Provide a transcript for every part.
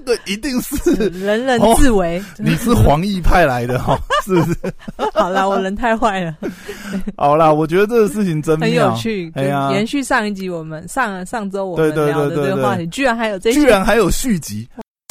个一定是人人自危。 你是黄奕派来的是不是？ 好啦，我人太坏了。 好啦，我觉得这个事情真妙， 很有趣。延续上一集我们上周我们聊的这个话题，居然还有这些， 居然还有续集。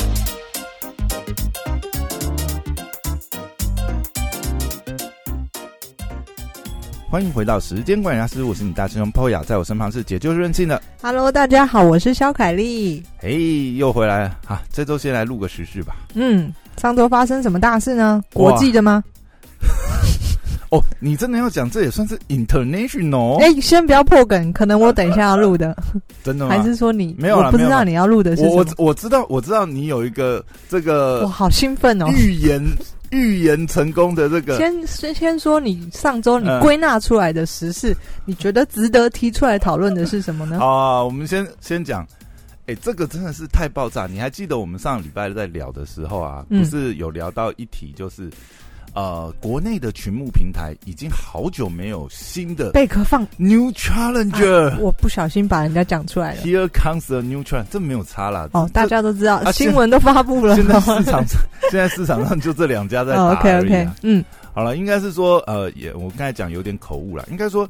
欢迎回到时间管理大师，我是你大师兄 Poya， 在我身旁是解救任性的。 Hello， 大家好，我是肖凯丽。 又回来了啊！这周先来录个时事吧。 上周发生什么大事呢？国际的吗？ 哦，你真的要讲，这也算是 international？ 先不要破梗，可能我等一下要录的。真的吗？还是说你没有啦？ 我不知道你要录的是什么。 我知道你有一个这个， 我好兴奋哦！ 预言成功的这个。 先说你上周你归纳出来的时事，你觉得值得提出来讨论的是什么呢？ 好，我们先讲。这个真的是太爆炸！你还记得我们上礼拜在聊的时候啊，不是有聊到一题，就是国内的群募平台已经好久没有新的贝壳放 New Challenger， 我不小心把人家讲出来了。 Here comes a new trend， 这没有差啦。 大家都知道，新闻都发布了。 现在市场上就这两家在打而已啊。好了，应该是说我刚才讲有点口误啦，应该说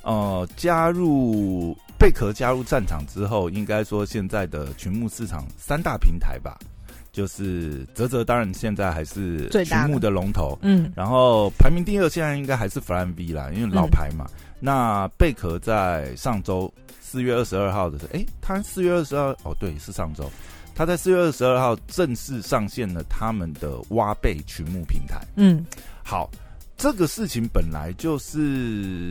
贝壳加入战场之后，应该说现在的群募市场三大平台吧，就是嘖当然现在还是群募的龙头，然后排名第二现在应该还是 Flying V 啦，因为老牌嘛。那贝壳在上周4月22号的时候，他4月22对，是上周，他在4月22号正式上线了他们的挖贝群募平台。好。这个事情本来就是，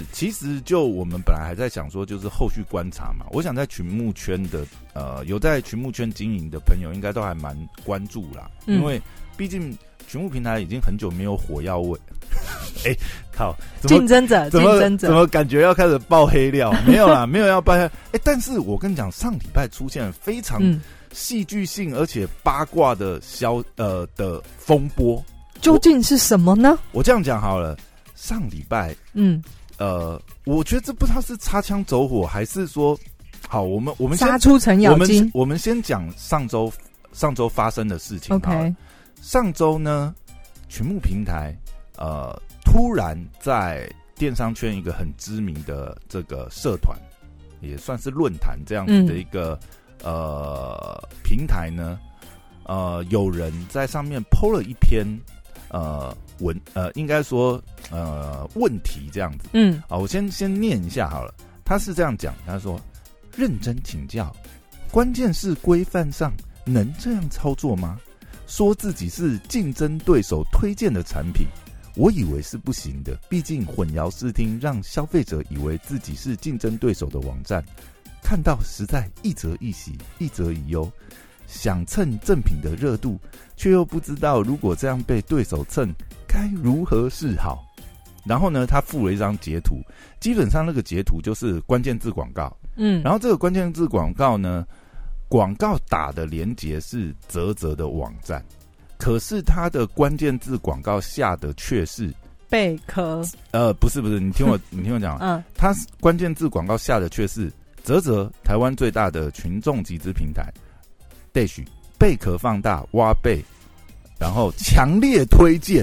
其实就我们本来还在想说，就是后续观察嘛。我想在群募圈的有在群募圈经营的朋友，应该都还蛮关注啦，因为毕竟群募平台已经很久没有火药味。靠， 竞争者怎么感觉要开始爆黑料？没有啦，没有要爆黑。但是我跟你讲，上礼拜出现了非常戏剧性而且八卦的的风波。 究竟是什么呢？ 我这样讲好了，上礼拜，我觉得这不知道是擦枪走火，还是说，好，我们先杀出程咬金。 我们先讲上周发生的事情。 OK， 上周呢，群募平台突然在电商圈一个很知名的这个社团，也算是论坛这样子的一个平台呢，有人在上面 po 了一篇。应该说问题这样子。我先念一下好了。他是这样讲，他说：认真请教，关键是规范上能这样操作吗？说自己是竞争对手推荐的产品，我以为是不行的，毕竟混淆视听，让消费者以为自己是竞争对手的网站，看到实在一则一喜，一则一忧。想蹭正品的热度，却又不知道如果这样被对手蹭，该如何是好。然后呢，他附了一张截图，基本上那个截图就是关键字广告。然后这个关键字广告呢，广告打的连结是嘖的网站，可是它的关键字广告下的却是贝壳。 不是，你听我讲。它关键字广告下的却是嘖台湾最大的群众集资平台。贝壳放大挖贝，然后强烈推荐。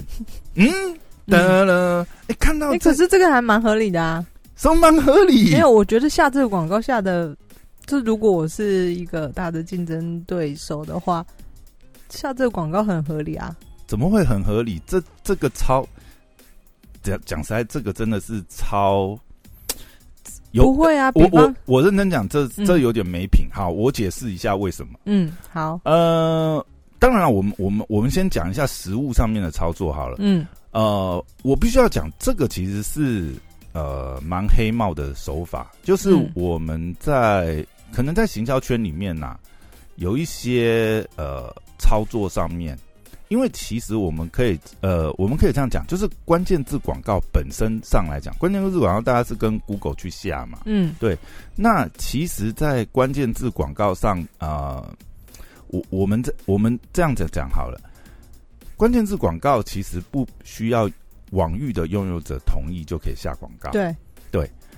看到可是这个还蛮合理的啊。 什么蛮合理？ 没有，我觉得下这个广告下的，就如果我是一个大的竞争对手的话，下这个广告很合理啊。 怎么会很合理？这个超讲实在，这个真的是超。 不会啊， 我认真讲，这有点没品。好，我解释一下为什么。 好。 当然了，我们先讲一下实务上面的操作好了。我必须要讲，这个其实是蛮黑帽的手法，就是我们可能在行销圈里面有一些操作上面。因为其实我们可以这样讲，就是关键字广告本身上来讲，关键字广告大家是跟 Google 去下嘛，对。那其实，在关键字广告上，我们这样子讲好了，关键字广告其实不需要网域的拥有者同意就可以下广告， 对。 但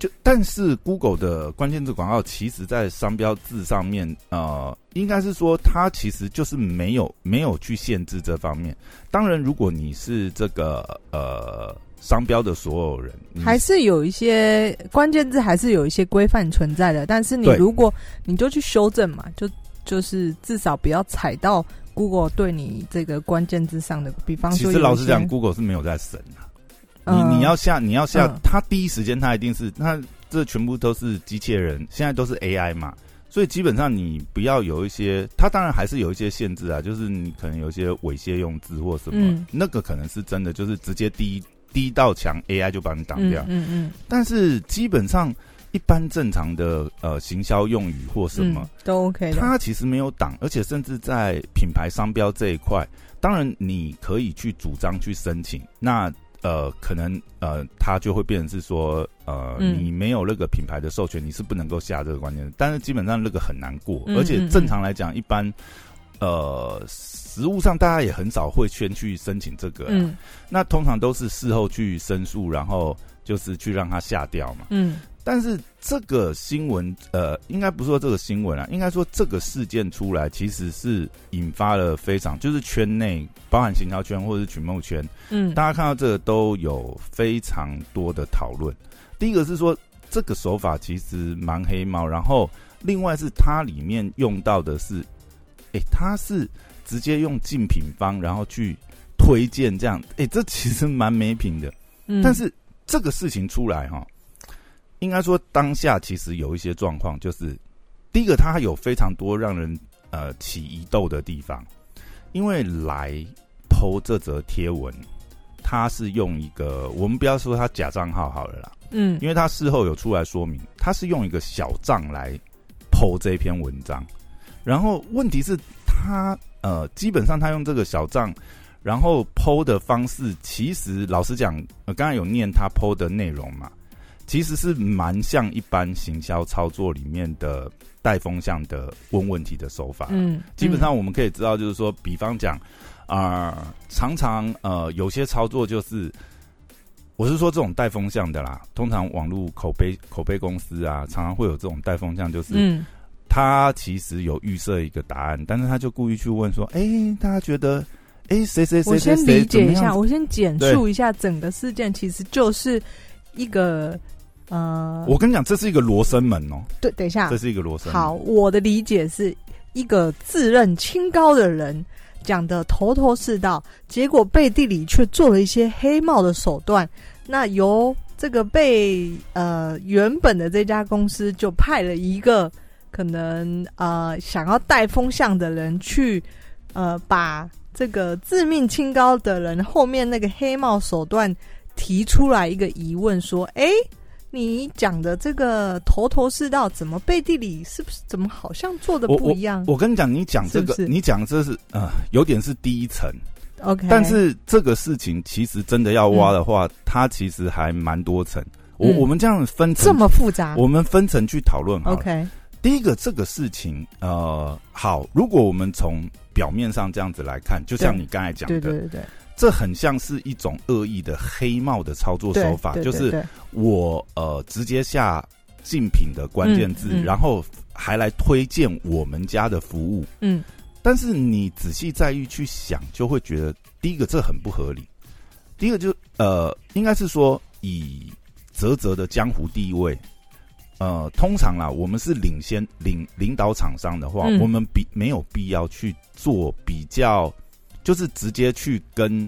但是 Google 的关键字广告，其实在商标字上面，应该是说它其实就是没有去限制这方面。当然，如果你是这个商标的所有人， 还是有一些关键字还是有一些规范存在的。但是你如果你就去修正嘛，就是至少不要踩到 Google 对你这个关键字上的，比方说， 其实老实讲 ，Google 是没有在审的。你要下，他第一时间他一定是，他这全部都是机器人，现在都是 AI 嘛，所以基本上你不要有一些，他当然还是有一些限制啊，就是你可能有一些猥亵用字或什么，那个可能是真的，就是直接第一道墙 AI 就把你挡掉。但是基本上一般正常的行销用语或什么都 OK 的， 它其实没有挡，而且甚至在品牌商标这一块，当然你可以去主张去申请，那可能它就会变成是说你没有那个品牌的授权，你是不能够下这个关键字，但是基本上那个很难过，而且正常来讲，一般实务上大家也很少会先去申请这个，那通常都是事后去申诉，然后就是去让它下掉嘛，但是这个新闻，应该不是说这个新闻啊，应该说这个事件出来，其实是引发了非常，就是圈内，包含行销圈或者是曲梦圈，大家看到这个都有非常多的讨论。第一个是说，这个手法其实蛮黑猫，然后另外是它里面用到的是，它是直接用竞品方，然后去推荐这样，这其实蛮没品的。但是这个事情出来哈。应该说，当下其实有一些状况，就是第一个，它有非常多让人起疑窦的地方，因为来 po 这则贴文，它是用一个，我们不要说它假账号好了啦，因为它事后有出来说明，它是用一个小账来 po 这篇文章，然后问题是它基本上它用这个小账，然后 po 的方式，其实老实讲，刚才有念它 po 的内容嘛。其实是蛮像一般行销操作里面的带风向的问问题的手法。基本上我们可以知道，就是说，比方讲，常常有些操作就是，我是说这种带风向的啦。通常网络口碑公司啊，常常会有这种带风向，就是他其实有预设一个答案，但是他就故意去问说，大家觉得，谁我先理解一下，我先简述一下整个事件，其实就是一个。 我跟你讲，这是一个罗生门哦。 对，等一下， 这是一个罗生门。 好，我的理解是一个自认清高的人讲的头头是道，结果背地里却做了一些黑帽的手段。那由这个被原本的这家公司就派了一个可能想要带风向的人去把这个自命清高的人后面那个黑帽手段提出来一个疑问，说：你讲的这个头头是道，怎么背地里是不是怎么好像做的不一样？ 我跟你讲，你讲这个，是你讲这是有点是第一层 ，OK。 但是这个事情其实真的要挖的话，它其实还蛮多层。我们这样分层， 这么复杂， 我们分层去讨论好了。 OK。 第一个，这个事情好，如果我们从表面上这样子来看，就像你刚才讲的， 对。 这很像是一种恶意的黑帽的操作手法，就是我直接下竞品的关键字，然后还来推荐我们家的服务。但是你仔细再去想，就会觉得第一个这很不合理。第一个就应该是说以嘖的江湖地位，通常啦，我们是领导厂商的话，我们没有必要去做比较。就是直接去跟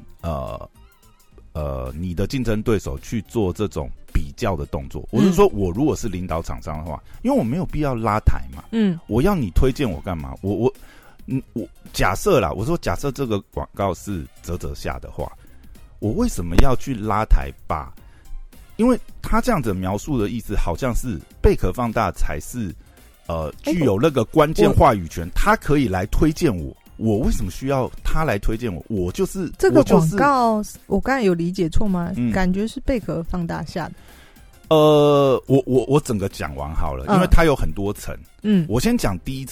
你的竞争对手去做这种比较的动作。我是说，我如果是领导厂商的话，因为我没有必要拉抬嘛。我要你推荐我干嘛？我假设啦，我说假设这个广告是嘖下的话，我为什么要去拉抬把？因为他这样子描述的意思，好像是贝壳放大才是具有那个关键话语权，他可以来推荐我。我为什么需要他来推荐我？我就是这个广告，我刚才有理解错吗？感觉是贝壳放大下的。 我整个讲完好了，因为它有很多层。我先讲第一层。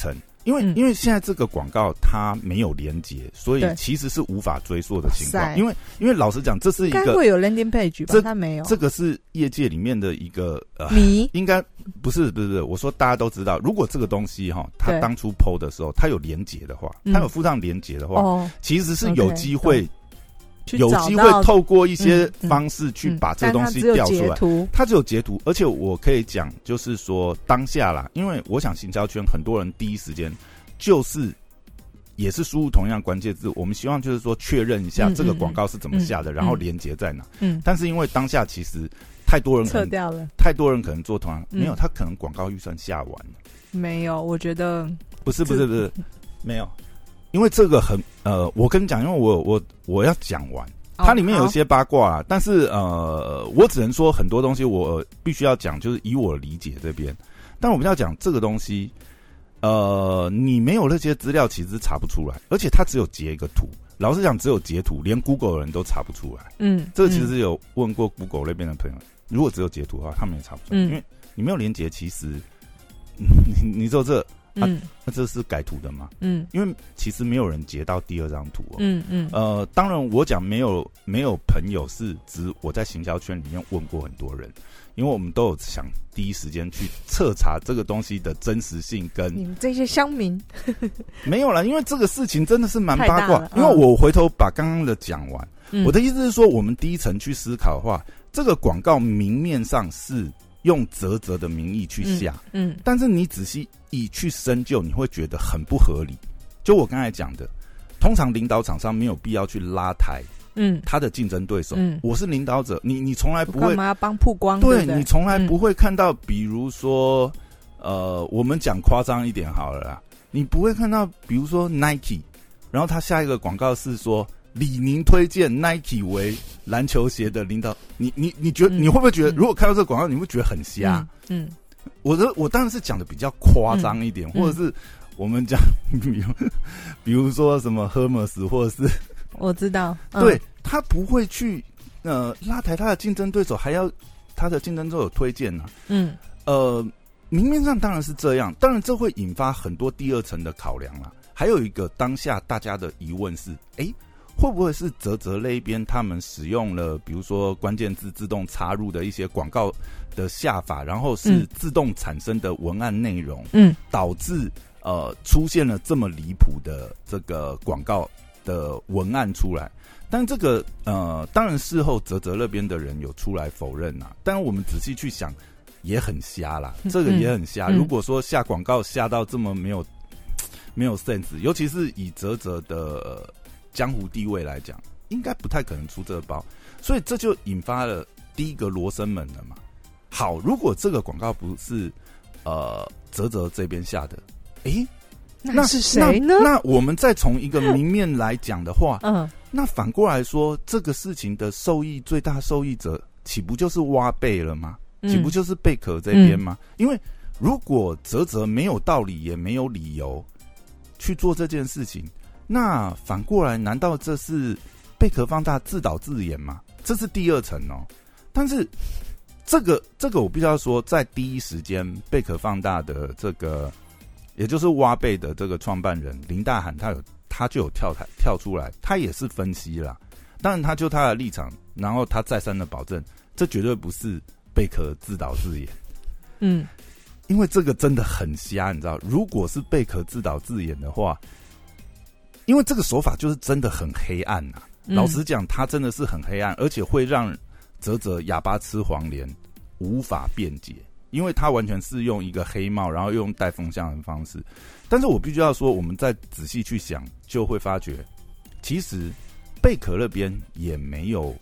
因为现在这个广告它没有连结，所以其实是无法追溯的情况。因为老实讲，这是一个应该会有 landing page 吧？它没有。 这个是业界里面的一个谜， 应该不是，我说大家都知道，如果这个东西它当初 PO 的时候，它有连结的话，它有附上连结的话，其实是有机会。有机会透过一些方式去把这个东西调出来，它只有截图，而且我可以讲，就是说当下啦，因为我想行销圈很多人第一时间就是也是输入同样关键字，我们希望就是说确认一下这个广告是怎么下的，然后连结在哪。但是因为当下其实太多人撤掉了， 太多人可能做同样，没有，他可能广告预算下完了。 没有，我觉得不是，没有。因为这个很我跟你讲，因为我要讲完，它里面有一些八卦啦，但是我只能说很多东西我必须要讲，就是以我理解这边。但我们要讲这个东西，你没有那些资料，其实查不出来，而且它只有截一个图。老实讲，只有截图，连 Google 的人都查不出来。这个其实有问过 Google 那边的朋友，如果只有截图的话，他们也查不出来，因为你没有连结，其实你说这。那这是改图的吗？因为其实没有人截到第二张图哦。当然我讲没有朋友是指我在行销圈里面问过很多人，因为我们都有想第一时间去彻查这个东西的真实性跟你们这些乡民没有啦，因为这个事情真的是蛮八卦。因为我回头把刚刚的讲完，我的意思是说，我们第一层去思考的话，这个广告明面上是用嘖的名义去下，但是你仔细去深究，你会觉得很不合理。就我刚才讲的，通常领导厂商没有必要去拉抬，他的竞争对手。我是领导者，你从来不会干嘛要帮曝光？ 对，你从来不会看到，比如说，我们讲夸张一点好了啦，你不会看到，比如说 Nike， 然后他下一个广告是说李宁推荐 Nike 为篮球鞋的领导，你觉得你会不会觉得，如果看到这个广告，你会觉得很瞎？我当然是讲的比较夸张一点，或者是我们讲，比如说什么 Hermes， 或者是我知道， 对，他不会去拉抬他的竞争对手，还要他的竞争对手推荐呢。明面上当然是这样，当然这会引发很多第二层的考量啦。还有一个当下大家的疑问是，会不会是嘖那一边他们使用了比如说关键字自动插入的一些广告的下法，然后是自动产生的文案内容，导致出现了这么离谱的这个广告的文案出来？但这个当然事后嘖那边的人有出来否认啦，但我们仔细去想也很瞎啦，这个也很瞎。如果说下广告下到这么没有 sense， 尤其是以嘖的江湖地位来讲，应该不太可能出这个包，所以这就引发了第一个罗生门了嘛。好，如果这个广告不是嘖这边下的， 那是谁呢？ 那我们再从一个明面来讲的话，那反过来说，这个事情的最大受益者，岂不就是挖贝了吗？岂不就是贝壳这边吗？因为如果嘖没有道理也没有理由去做这件事情，那反过来，难道这是贝壳放大自导自演吗？这是第二层哦。但是这个我必须要说，在第一时间，贝壳放大的这个，也就是挖贝的这个创办人林大涵，他就有跳出来，他也是分析啦。当然，他就他的立场，然后他再三的保证，这绝对不是贝壳自导自演。因为这个真的很瞎，你知道，如果是贝壳自导自演的话。因为这个手法就是真的很黑暗啊，老实讲，它真的是很黑暗，而且会让嘖哑巴吃黄连，无法辩解，因为它完全是用一个黑帽，然后用带风向的方式。但是我必须要说，我们再仔细去想，就会发觉，其实贝壳那边也没有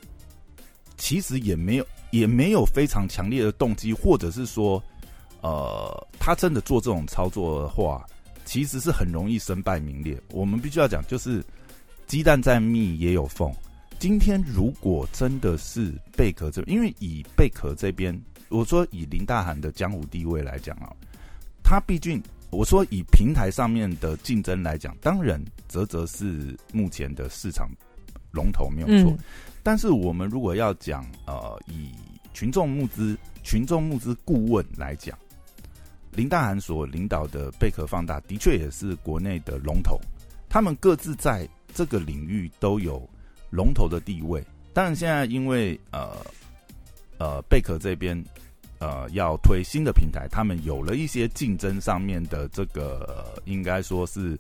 非常强烈的动机，或者是说，他真的做这种操作的话。其实是很容易身败名裂。我们必须要讲，就是鸡蛋再密也有缝。今天如果真的是贝壳这边，因为以贝壳这边，我说以林大涵的江湖地位来讲啊，他毕竟我说以平台上面的竞争来讲，当然嘖是目前的市场龙头没有错。但是我们如果要讲以群众募资顾问来讲。 林大涵所领导的贝壳放大的确也是国内的龙头，他们各自在这个领域都有龙头的地位。当然现在因为贝壳这边要推新的平台，他们有了一些竞争上面的这个应该说是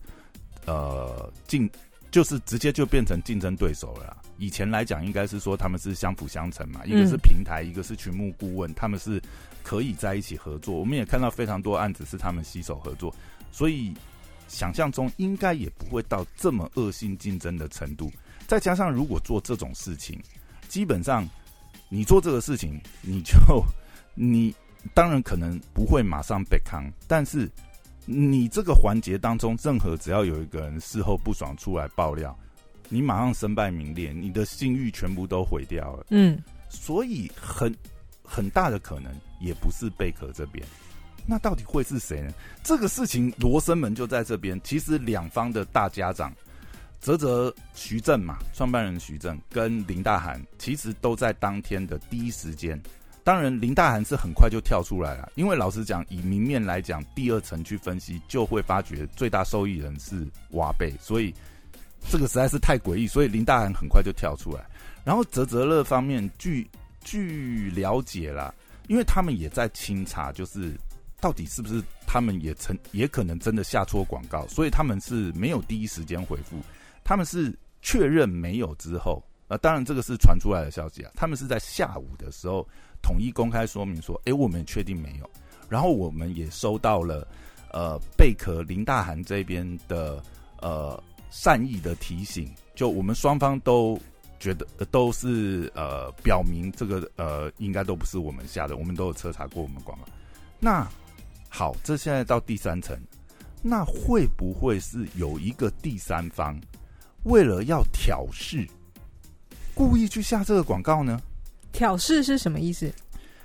就是直接就变成竞争对手了啦。以前来讲应该是说他们是相辅相成嘛，一个是平台，一个是群募顾问，他们是可以在一起合作。我们也看到非常多案子是他们携手合作，所以想象中应该也不会到这么恶性竞争的程度。再加上如果做这种事情，基本上你做这个事情，你当然可能不会马上被扛，但是你这个环节当中，任何只要有一个人事后不爽出来爆料，你马上身败名裂，你的信誉全部都毁掉了。所以很大的可能也不是贝壳这边，那到底会是谁呢？这个事情罗生门就在这边。其实两方的大家长泽徐正嘛，创办人徐正跟林大涵，其实都在当天的第一时间。当然林大涵是很快就跳出来了，因为老实讲以明面来讲，第二层去分析就会发觉最大受益人是挖贝，所以这个实在是太诡异，所以林大涵很快就跳出来。然后泽乐方面据了解啦，因为他们也在清查，就是到底是不是他们也可能真的下错广告，所以他们是没有第一时间回复，他们是确认没有之后，当然这个是传出来的消息啊，他们是在下午的时候统一公开说明说，我们确定没有，然后我们也收到了贝壳林大涵这边的善意的提醒，就我们双方都觉得都是表明这个应该都不是我们下的，我们都有彻查过我们广告。那好，这现在到第三层，那会不会是有一个第三方为了要挑事，故意去下这个广告呢？ 挑事是什么意思？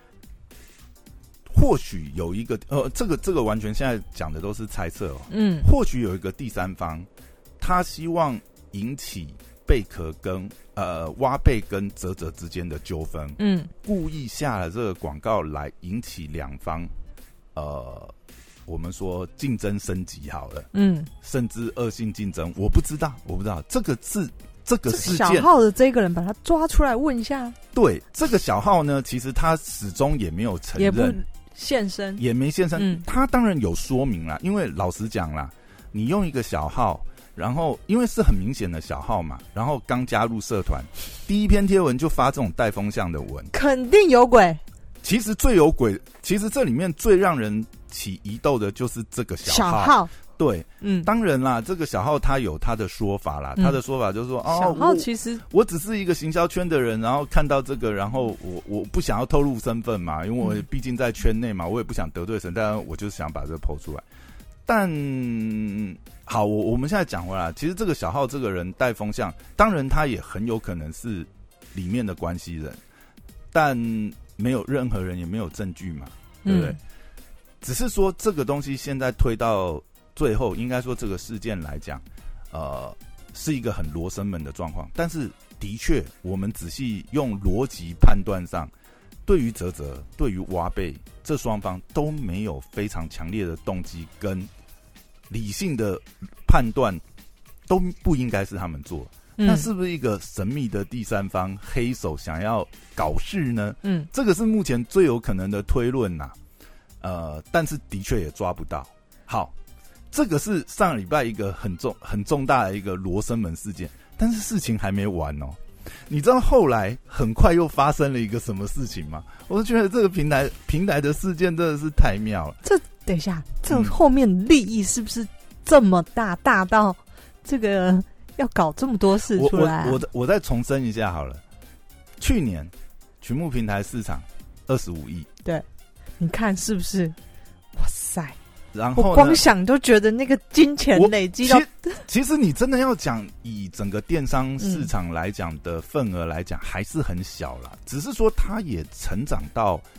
或许有一个这个完全现在讲的都是猜测哦。或许有一个第三方，他希望引起贝壳跟挖贝跟泽之间的纠纷，故意下了这个广告来引起两方我们说竞争升级好了，甚至恶性竞争，我不知道这个事件小号的这个人把他抓出来问一下。对， 这个小号呢，其实他始终也没有承认， 也不现身， 也没现身。他当然有说明啦，因为老实讲啦，你用一个小号，然后因为是很明显的小号嘛，然后刚加入社团，第一篇贴文就发这种带风向的文，肯定有鬼。 其实最有鬼，其实这里面最让人起疑窦的就是这个小号。对，当然啦，这个小号他有他的说法啦，他的说法就是说， 小号其实我只是一个行销圈的人，然后看到这个，然后我不想要透露身份嘛，因为我毕竟在圈内嘛，我也不想得罪神，但我就是想把这个抛出来。但好，我们现在讲回来，其实这个小号这个人带风向，当然他也很有可能是里面的关系人，但没有任何人也没有证据嘛，对不对？只是说这个东西现在推到最后，应该说这个事件来讲，是一个很罗生门的状况。但是的确，我们仔细用逻辑判断上，对于泽，对于挖贝，这双方都没有非常强烈的动机跟理性的判断，都不应该是他们做。那是不是一个神秘的第三方黑手想要搞事呢？这个是目前最有可能的推论呐。但是的确也抓不到。好，这个是上礼拜一个很重大的一个罗生门事件，但是事情还没完哦。你知道后来很快又发生了一个什么事情吗？我就觉得这个平台的事件真的是太妙了。 等一下，这后面利益是不是这么大到这个要搞这么多事出来啊？ 我再重申一下好了，去年群募平台市场25亿， 对。你看是不是？哇塞！ 然后我光想都觉得那个金钱累积到…… 其实你真的要讲以整个电商市场来讲的份额来讲，还是很小啦。只是说它也成长到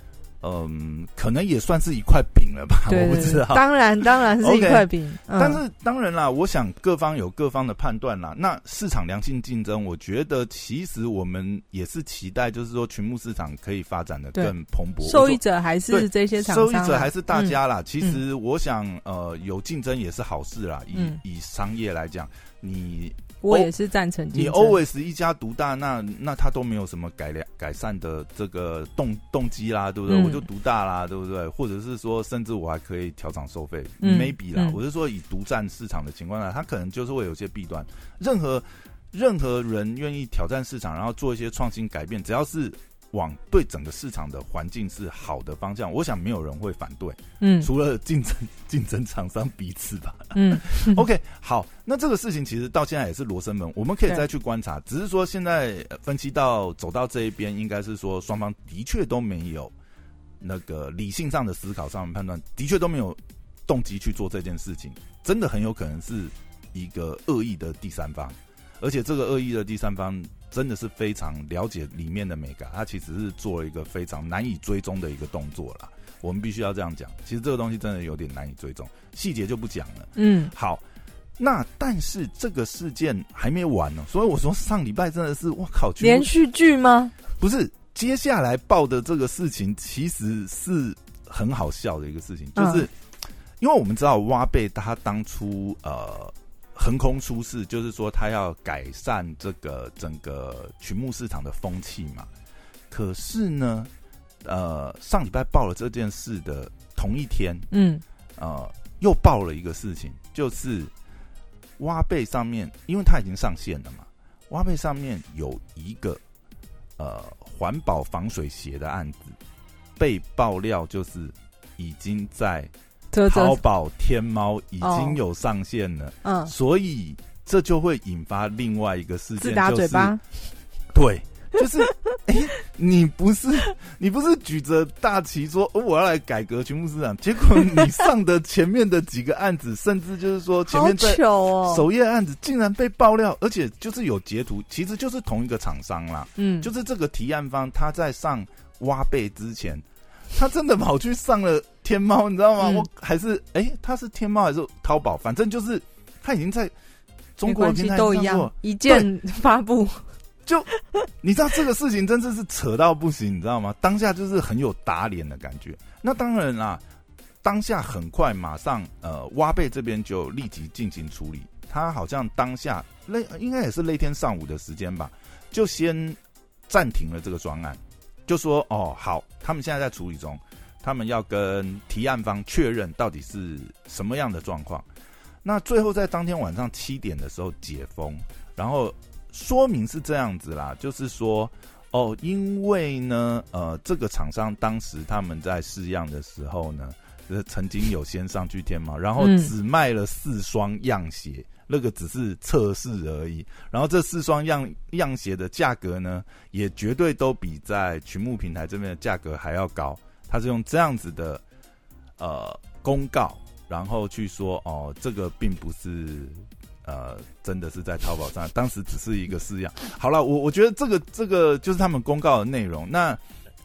可能也算是一块饼了吧， 对， 我不知道。 当然是一块饼。 但是当然啦，我想各方有各方的判断啦。那市场良性竞争，我觉得其实我们也是期待，就是说群募市场可以发展的更蓬勃。 受益者还是这些厂商， 受益者还是大家啦。其实我想，有竞争也是好事啦。以商业来讲， 我也是赞成竞争。 你 always 一家独大，那他都没有什么改善的这个动机啦，对不对？我就独大啦，对不对？或者是说，甚至我还可以调涨收费，maybe 啦。我是说，以独占市场的情况下，它可能就是会有些弊端。任何人愿意挑战市场，然后做一些创新改变，只要是往对整个市场的环境是好的方向，我想没有人会反对。除了竞争厂商彼此吧。OK， 好，那这个事情其实到现在也是罗生门，我们可以再去观察。只是说现在分析走到这一边，应该是说双方的确都没有那个理性上的思考上的判断，的确都没有动机去做这件事情，真的很有可能是一个恶意的第三方，而且这个恶意的第三方真的是非常了解里面的美感，他其实是做了一个非常难以追踪的一个动作啦。我们必须要这样讲，其实这个东西真的有点难以追踪，细节就不讲了。好，那但是这个事件还没完呢，所以我说上礼拜真的是我靠， 连续剧吗？ 不是，接下来报的这个事情其实是很好笑的一个事情，就是因为我们知道挖贝他当初横空出世，就是说他要改善这个整个群募市场的风气嘛。可是呢，上礼拜报了这件事的同一天，又报了一个事情，就是挖贝上面，因为它已经上线了嘛，挖贝上面有一个环保防水鞋的案子被爆料，就是已经在淘宝、天猫已经有上线了，所以这就会引发另外一个事件， 自打嘴巴， 对，就是你不是举着大旗说我要来改革群募市场，结果你上的前面的几个案子，甚至就是说前面在首页案子竟然被爆料，而且就是有截图，其实就是同一个厂商啦，就是这个提案方他在上挖贝之前，他真的跑去上了天猫，你知道吗？我还是他是天猫还是淘宝，反正就是他已经在中国的平台都一样，一键发布。 就你知道这个事情真的是扯到不行，你知道吗？当下就是很有打脸的感觉。那当然啦，当下很快马上挖贝这边就立即进行处理。他好像当下应该也是那天上午的时间吧，就先暂停了这个专案，就说好，他们现在在处理中，他们要跟提案方确认到底是什么样的状况。那最后在当天晚上7点的时候解封，然后说明是这样子啦，就是说因为呢这个厂商当时他们在试样的时候呢，曾经有先上去天猫，然后只卖了4双样鞋，那个只是测试而已，然后这4双样鞋的价格呢，也绝对都比在群募平台这边的价格还要高。他是用这样子的公告，然后去说这个并不是真的是在淘宝上，当时只是一个试样。好了，我觉得这个就是他们公告的内容。那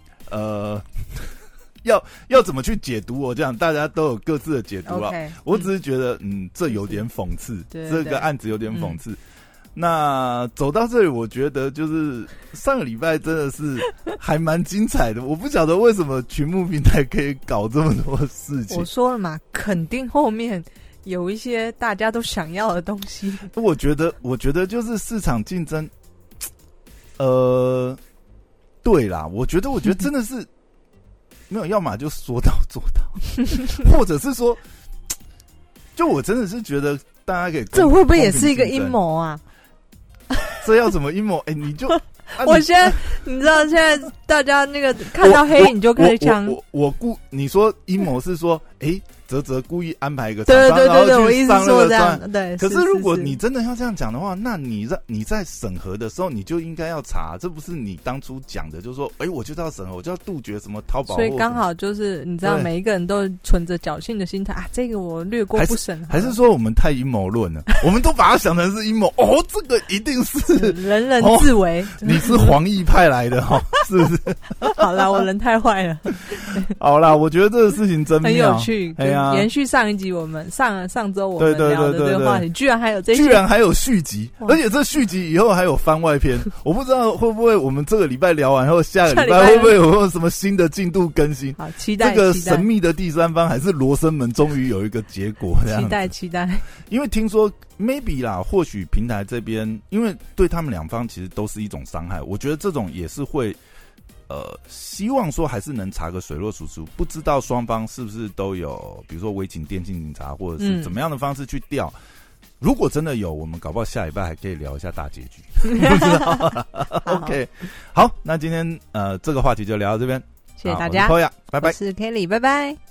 要怎么去解读我这样，大家都有各自的解读了。我只是觉得这有点讽刺，这个案子有点讽刺。那走到这里，我觉得就是上个礼拜真的是还蛮精彩的。我不晓得为什么群募平台可以搞这么多事情。 我说了嘛，肯定后面有一些大家都想要的东西。 我觉得就是市场竞争，对啦，我觉得真的是没有，要么就说到做到，或者是说，就我真的是觉得大家可以， 这会不会也是一个阴谋啊？ 这要怎么阴谋？你就我现在你知道，现在大家那个看到黑影就开始抢。 你说阴谋是说， 泽故意安排一个厂商， 对， 我意思说这样，对。 可是如果你真的要这样讲的话，那你在审核的时候，你就应该要查，这不是你当初讲的，就是说，我就要审核，我就要杜绝什么淘宝， 所以刚好就是你知道，每一个人都存着侥幸的心态啊，这个我略过不审核， 还是说我们太阴谋论了？我们都把它想成是阴谋这个一定是人人自危， 你是黄奕派来的是不是？ 好啦，我人太坏了。 好啦，我觉得这个事情真妙， 很有趣。延续上一集我们上周我们聊的这个话题，居然还有续集，而且这续集以后还有番外篇。我不知道会不会我们这个礼拜聊完后，下个礼拜会不会有什么新的进度更新？ 好，期待这个神秘的第三方还是罗生门终于有一个结果，这样期待。 因为听说 maybe 啦，或许平台这边，因为对他们两方其实都是一种伤害，我觉得这种也是会。希望说还是能查个水落石出，不知道双方是不是都有，比如说违请电信警察，或者是怎么样的方式去调。如果真的有，我们搞不好下礼拜还可以聊一下大结局，不知道。OK， 好，那今天这个话题就聊到这边， 谢谢大家， 拜拜。 我是 Kelly， 拜拜。